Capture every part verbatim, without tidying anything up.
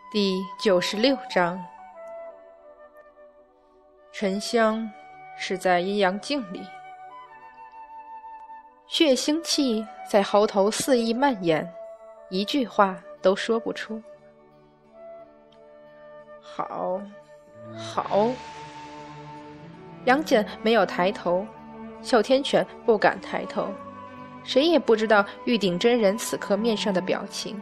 第九十六章，沉香是在阴阳镜里，血腥气在喉头肆意蔓延，一句话都说不出。好，好。杨戬没有抬头，哮天犬不敢抬头，谁也不知道玉鼎真人此刻面上的表情。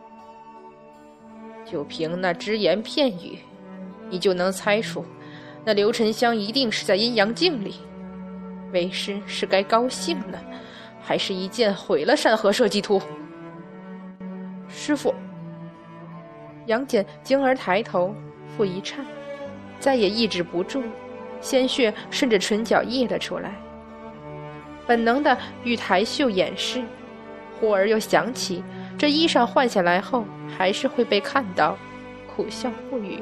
就凭那只言片语，你就能猜出，那刘沉香一定是在阴阳镜里。为师是该高兴呢，还是一剑毁了山河社稷图？师父！杨戬惊而抬头，腹一颤，再也抑制不住，鲜血顺着唇角溢了出来。本能的欲抬袖掩饰，忽而又想起这衣裳换下来后还是会被看到，苦笑不语。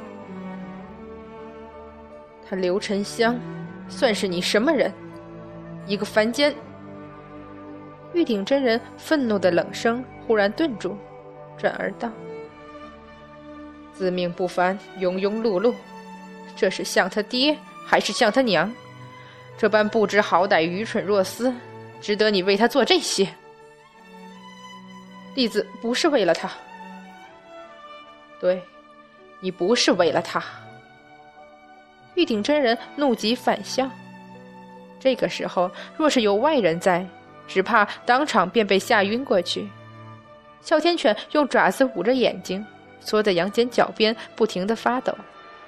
他刘沉香算是你什么人？一个凡间！玉鼎真人愤怒的冷声忽然顿住，转而道：自命不凡，庸庸碌碌，这是像他爹还是像他娘？这般不知好歹，愚蠢若斯，值得你为他做这些？弟子不是为了他。对，你不是为了他。玉鼎真人怒极反笑。这个时候若是有外人在，只怕当场便被吓晕过去。哮天犬用爪子捂着眼睛，缩在杨戬脚边，不停地发抖。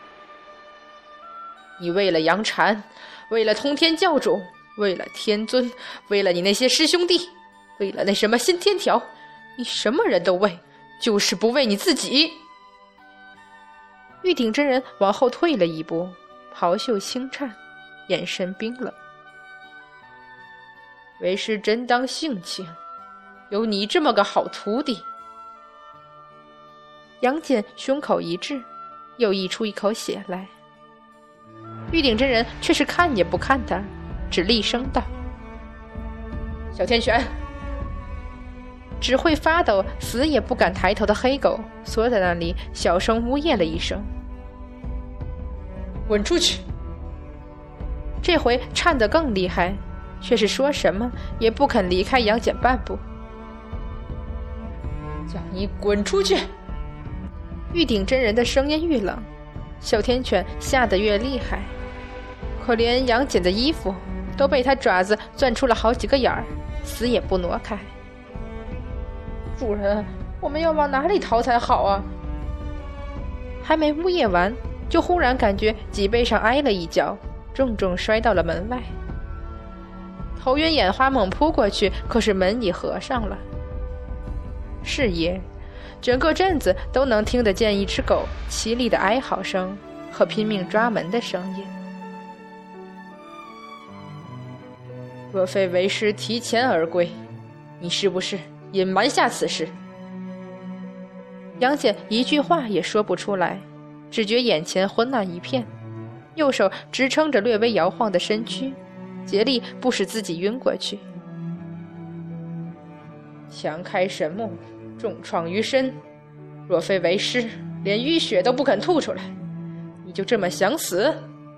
你为了杨禅，为了通天教主，为了天尊，为了你那些师兄弟，为了那什么新天条，你什么人都为，就是不为你自己。玉鼎真人往后退了一步，袍袖轻颤，眼神冰冷。为师真当性情，有你这么个好徒弟。杨戬胸口一滞，又溢出一口血来。玉鼎真人却是看也不看他，只厉声道：哮天犬！只会发抖死也不敢抬头的黑狗缩在那里，小声呜咽了一声：滚出去！这回颤得更厉害，却是说什么也不肯离开杨戬半步。叫你滚出去！玉鼎真人的声音愈冷，哮天犬吓得越厉害，可怜杨戬的衣服都被他爪子钻出了好几个眼儿，死也不挪开。主人，我们要往哪里逃才好啊？还没呜咽完，就忽然感觉脊背上挨了一脚，重重摔到了门外。头晕眼花猛扑过去，可是门已合上了。是也，整个镇子都能听得见一只狗凄厉的哀嚎声和拼命抓门的声音。若非为师提前而归，你是不是隐瞒下此事？杨戬一句话也说不出来，只觉眼前昏暗一片，右手支撑着略微摇晃的身躯，竭力不使自己晕过去。强开神目，重创于身，若非为师连淤血都不肯吐出来，你就这么想死？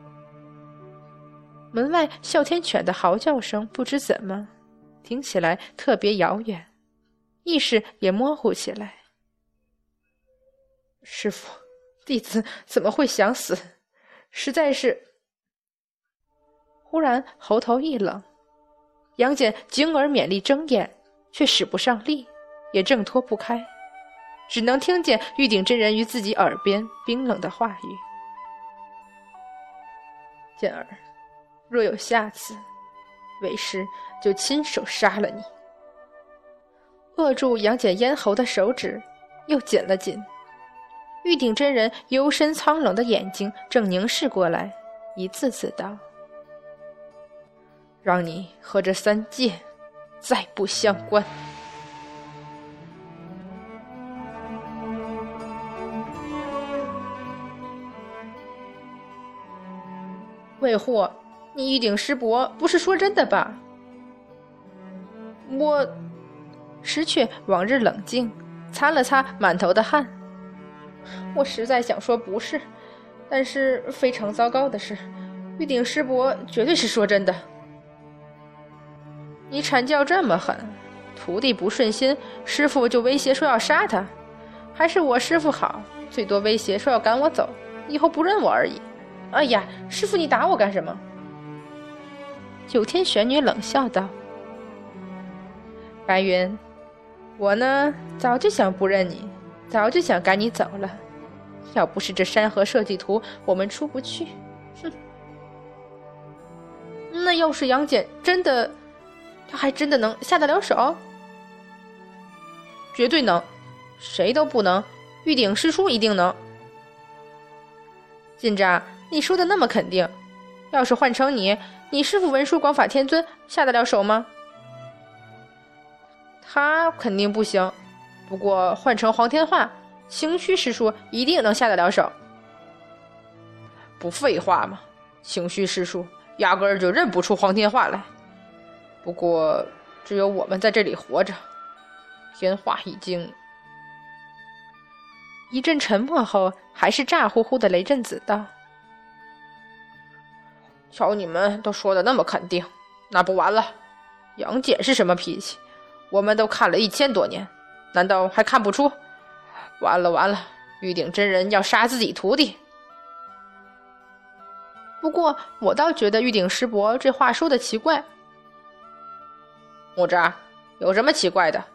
门外哮天犬的嚎叫声不知怎么听起来特别遥远，意识也模糊起来。师父，弟子怎么会想死？实在是……忽然喉头一冷，杨戬惊而勉力睁眼，却使不上力，也挣脱不开，只能听见玉鼎真人于自己耳边冰冷的话语：戬儿，若有下次，为师就亲手杀了你。扼住杨戬咽喉的手指又紧了紧，玉鼎真人幽深苍冷的眼睛正凝视过来，一字字道：让你和这三界再不相关。魏护，你玉鼎师伯不是说真的吧？我……石却往日冷静，擦了擦满头的汗。 我实在想说不是，但是非常糟糕的是，玉鼎师伯绝对是说真的。你阐教这么狠，徒弟不顺心，师父就威胁说要杀他，还是我师父好，最多威胁说要赶我走，以后不认我而已。哎呀，师父你打我干什么？九天玄女冷笑道。白云，我呢早就想不认你，早就想赶你走了，要不是这山河设计图我们出不去，哼。那要是杨戬真的，他还真的能下得了手？绝对能，谁都不能，玉鼎师叔一定能。进吒，你说的那么肯定，要是换成你，你师父文殊广法天尊下得了手吗？他肯定不行，不过换成黄天化，清虚师叔一定能下得了手。不废话吗？清虚师叔压根儿就认不出黄天化来。不过只有我们在这里活着，天化已经……一阵沉默后，还是炸呼呼的雷震子道：瞧你们都说的那么肯定，那不完了？杨戬是什么脾气，我们都看了一千多年，难道还看不出？完了完了，玉鼎真人要杀自己徒弟。不过我倒觉得玉鼎师伯这话说的奇怪。木吒，有什么奇怪的？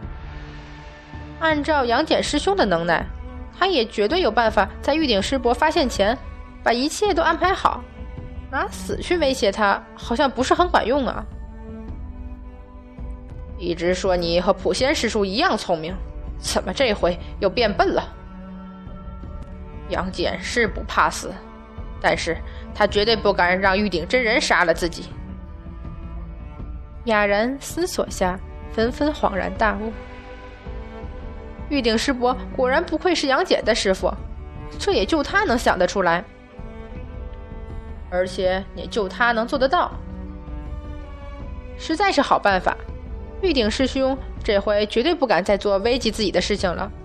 按照杨戬师兄的能耐，他也绝对有办法在玉鼎师伯发现前把一切都安排好，拿死去威胁他好像不是很管用啊。一直说你和普仙师叔一样聪明，怎么这回又变笨了？杨戬是不怕死，但是他绝对不敢让玉鼎真人杀了自己。哑然思索下，纷纷恍然大悟。玉鼎师伯果然不愧是杨戬的师傅，这也就他能想得出来，而且也就他能做得到，实在是好办法。玉鼎师兄这回绝对不敢再做危及自己的事情了。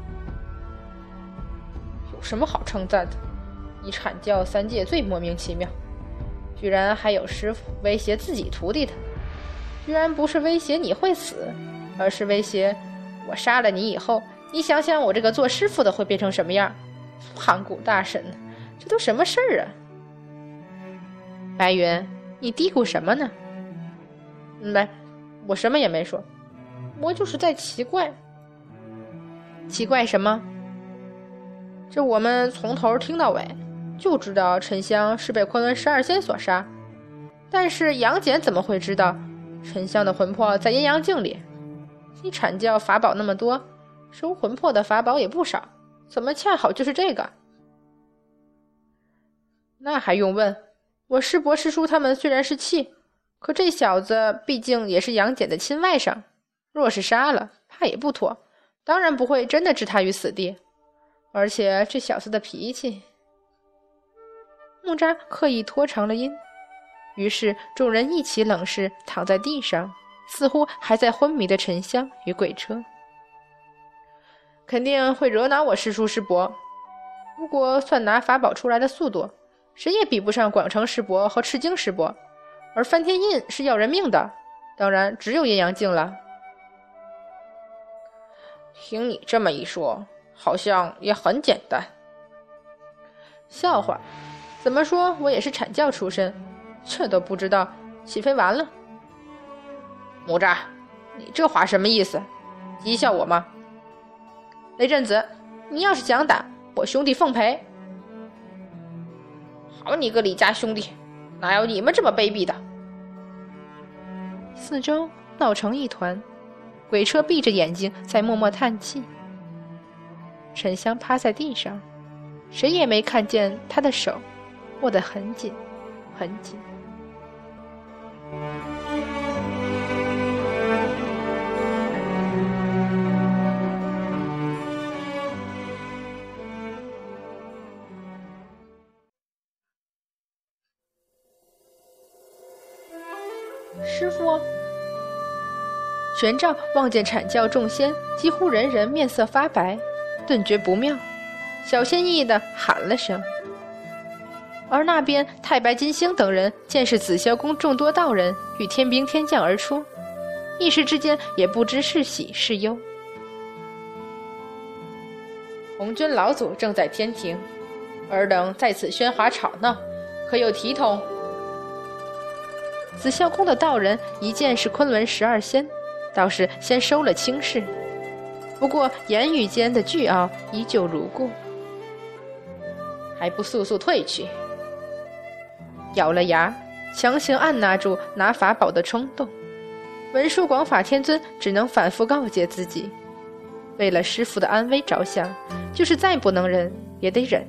有什么好称赞的？你阐教三界最莫名其妙，居然还有师傅威胁自己徒弟的，居然不是威胁你会死，而是威胁我杀了你以后，你想想我这个做师傅的会变成什么样？盘古大神，这都什么事儿啊？白云，你嘀咕什么呢？没，我什么也没说，我就是在奇怪。奇怪什么？这我们从头听到尾就知道沉香是被昆仑十二仙所杀，但是杨戬怎么会知道沉香的魂魄在阴阳镜里？你阐教法宝那么多，收魂魄的法宝也不少，怎么恰好就是这个？那还用问，我师伯师叔他们虽然是气，可这小子毕竟也是杨戬的亲外甥，若是杀了，怕也不妥，当然不会真的置他于死地。而且这小子的脾气……木吒刻意拖长了音，于是众人一起冷视躺在地上似乎还在昏迷的沉香与鬼车。肯定会惹恼我师叔师伯，如果算拿法宝出来的速度，谁也比不上广成师伯和赤精师伯，而翻天印是要人命的，当然只有阴阳镜了。听你这么一说，好像也很简单。笑话，怎么说我也是阐教出身，这都不知道，岂非完了？木吒，你这话什么意思？讥笑我吗？雷震子，你要是想打，我兄弟奉陪。好你个李家兄弟，哪有你们这么卑鄙的？四周闹成一团，鬼车闭着眼睛在默默叹气。沉香趴在地上，谁也没看见他的手握得很紧很紧。师父，玄奘望见阐教众仙几乎人人面色发白，顿觉不妙， 小心翼翼地喊了声。而那边太白金星等人见是紫霄宫众多道人与天兵天将而出，一时之间也不知是喜是忧。红军老祖正在天庭，尔等在此喧哗吵闹，可有体统？紫霄宫的道人一见是昆仑十二仙，倒是先收了轻视，不过言语间的倨傲依旧如故。还不速速退去！咬了牙，强行按捺住拿法宝的冲动，文殊广法天尊只能反复告诫自己，为了师父的安危着想，就是再不能忍也得忍。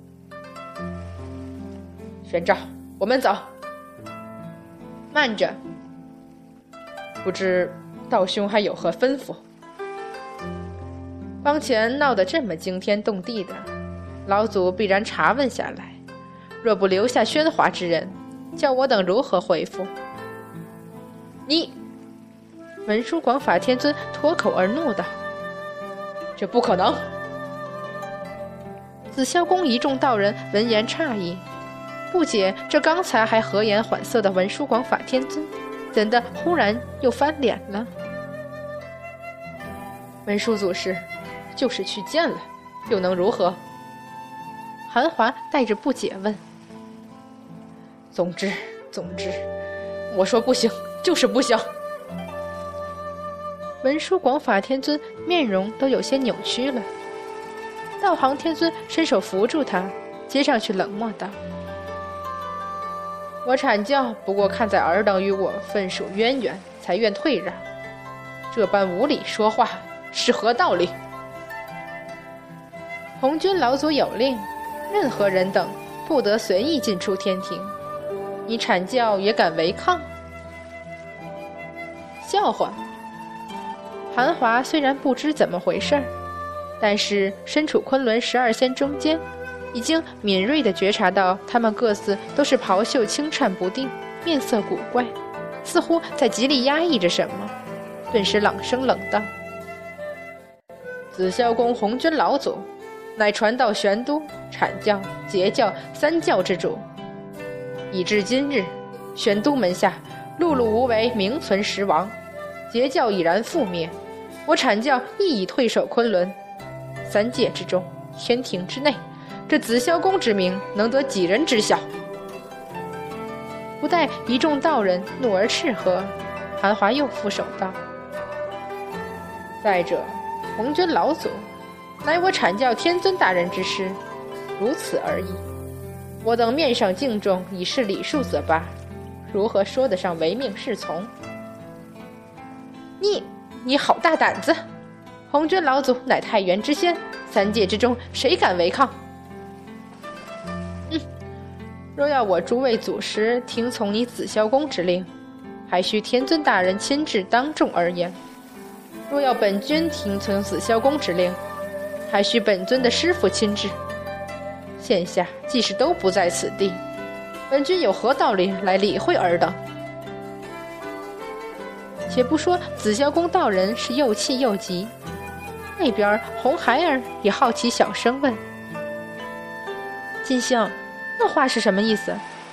玄照，我们走。慢着，不知道兄还有何吩咐？方前闹得这么惊天动地的，老祖必然查问下来，若不留下喧哗之人，叫我等如何回复？你！文殊广法天尊脱口而怒道：“这不可能！”紫霄宫一众道人闻言诧异，不解这刚才还和颜缓色的文殊广法天尊，怎的忽然又翻脸了？文殊祖师，就是去见了，又能如何？韩华带着不解问。总之，总之，我说不行，就是不行。文殊广法天尊面容都有些扭曲了。道行天尊伸手扶住他，接上去冷漠道：“我阐教不过看在尔等与我分属渊源，才愿退让。这般无理说话，是何道理？”红军老祖有令，任何人等不得随意进出天庭。你阐教也敢违抗？笑话！韩华虽然不知怎么回事儿，但是身处昆仑十二仙中间，已经敏锐地觉察到他们各自都是袍袖轻颤不定，面色古怪，似乎在极力压抑着什么，顿时朗声冷道：“紫霄宫红军老祖，乃传道玄都、阐教、截教三教之主。以至今日，玄都门下碌碌无为，名存实亡；截教已然覆灭，我阐教亦已退守昆仑。三界之中，天庭之内，这紫霄宫之名能得几人知晓？”不待一众道人怒而斥喝，韩华又俯首道：“再者，红军老祖乃我阐教天尊大人之师，如此而已。我等面上敬重，以示礼数则罢，如何说得上唯命是从？”你你好大胆子！红军老祖乃太元之仙，三界之中谁敢违抗？嗯，若要我诸位祖师听从你紫霄宫之令，还需天尊大人亲至当众而言；若要本君听从紫霄宫之令，还需本尊的师父亲至。现下既是都不在此地，本君有何道理来理会尔等？且不说紫霄宫道人是又气又急，那边红孩儿也好奇小声问：“金星，那话是什么意思？”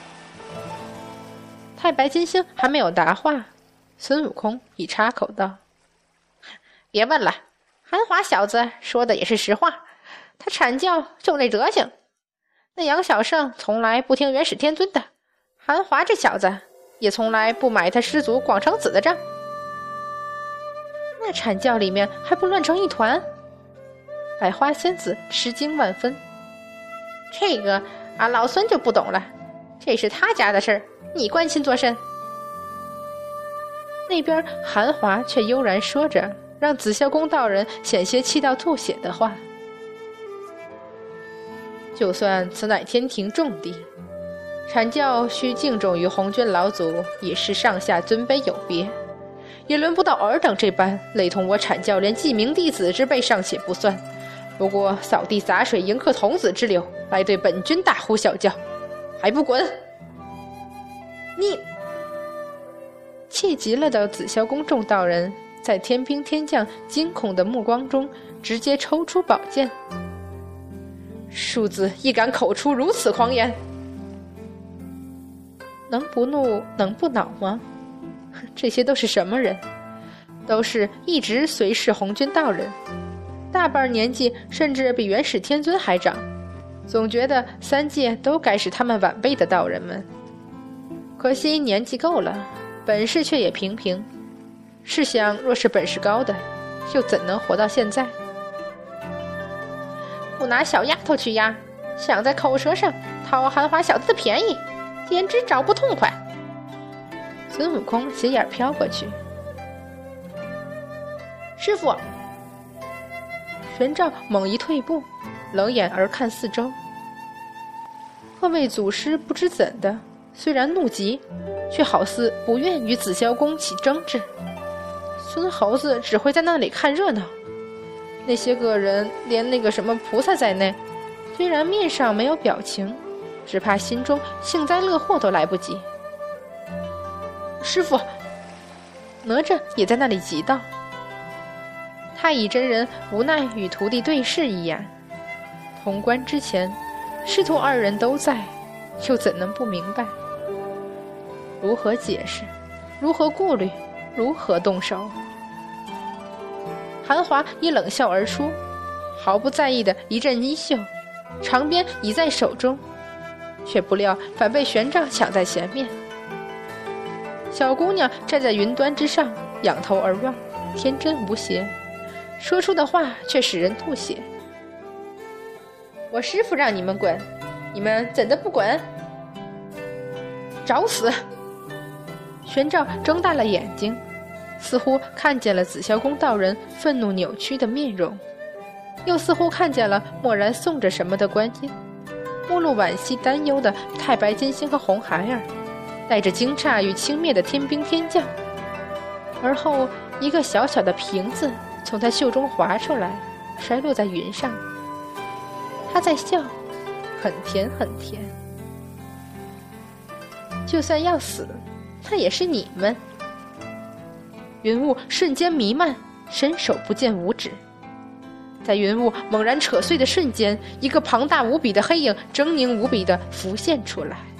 太白金星还没有答话，孙悟空已插口道：“别问了，韩华小子说的也是实话，他阐教就那德行。那杨小胜从来不听元始天尊的，韩华这小子也从来不买他师祖广成子的账。那阐教里面还不乱成一团？”百花仙子吃惊万分：“这个俺老孙就不懂了，这是他家的事儿，你关心作甚？”那边韩华却悠然说着让紫霄宫道人险些气到吐血的话：“就算此乃天庭重地，阐教需敬重于红军老祖，也是上下尊卑有别，也轮不到尔等这般类同我阐教连记名弟子之辈尚且不算，不过扫地洒水迎客童子之流来对本君大呼小叫，还不滚！”你气急了的紫霄宫众道人在天兵天将惊恐的目光中直接抽出宝剑：“ 庶子亦敢口出如此狂言，能不怒能不恼吗？这些都是什么人？都是一直随侍红军道人，大半年纪甚至比元始天尊还长，总觉得三界都该是他们晚辈的道人们。可惜年纪够了，本事却也平平。试想，若是本事高的，又怎能活到现在？不拿小丫头去压，想在口舌上讨韩华小子的便宜，简直找不痛快。孙悟空斜眼飘过去，师傅！玄奘猛一退步，冷眼而看四周。二位祖师不知怎的，虽然怒极，却好似不愿与紫霄宫起争执。孙猴子只会在那里看热闹。那些个人，连那个什么菩萨在内，虽然面上没有表情，只怕心中幸灾乐祸都来不及。师傅，哪吒也在那里急道。太乙真人无奈与徒弟对视一眼，潼关之前，师徒二人都在，又怎能不明白？如何解释？如何顾虑？如何动手？韩华已冷笑而出，毫不在意的一阵衣袖，长鞭已在手中，却不料反被玄奘抢在前面。小姑娘站在云端之上，仰头而望，天真无邪，说出的话却使人吐血。我师父让你们滚，你们怎的不滚？找死！玄奘睁大了眼睛，似乎看见了紫霄宫道人愤怒扭曲的面容，又似乎看见了默然诵着什么的观音，目露惋惜担忧的太白金星和红孩儿，带着惊诧与轻蔑的天兵天将。而后一个小小的瓶子从他袖中滑出来，摔落在云上。他在笑，很甜很甜。就算要死，那也是你们。云雾瞬间弥漫，伸手不见五指。在云雾猛然扯碎的瞬间，一个庞大无比的黑影狰狞无比地浮现出来。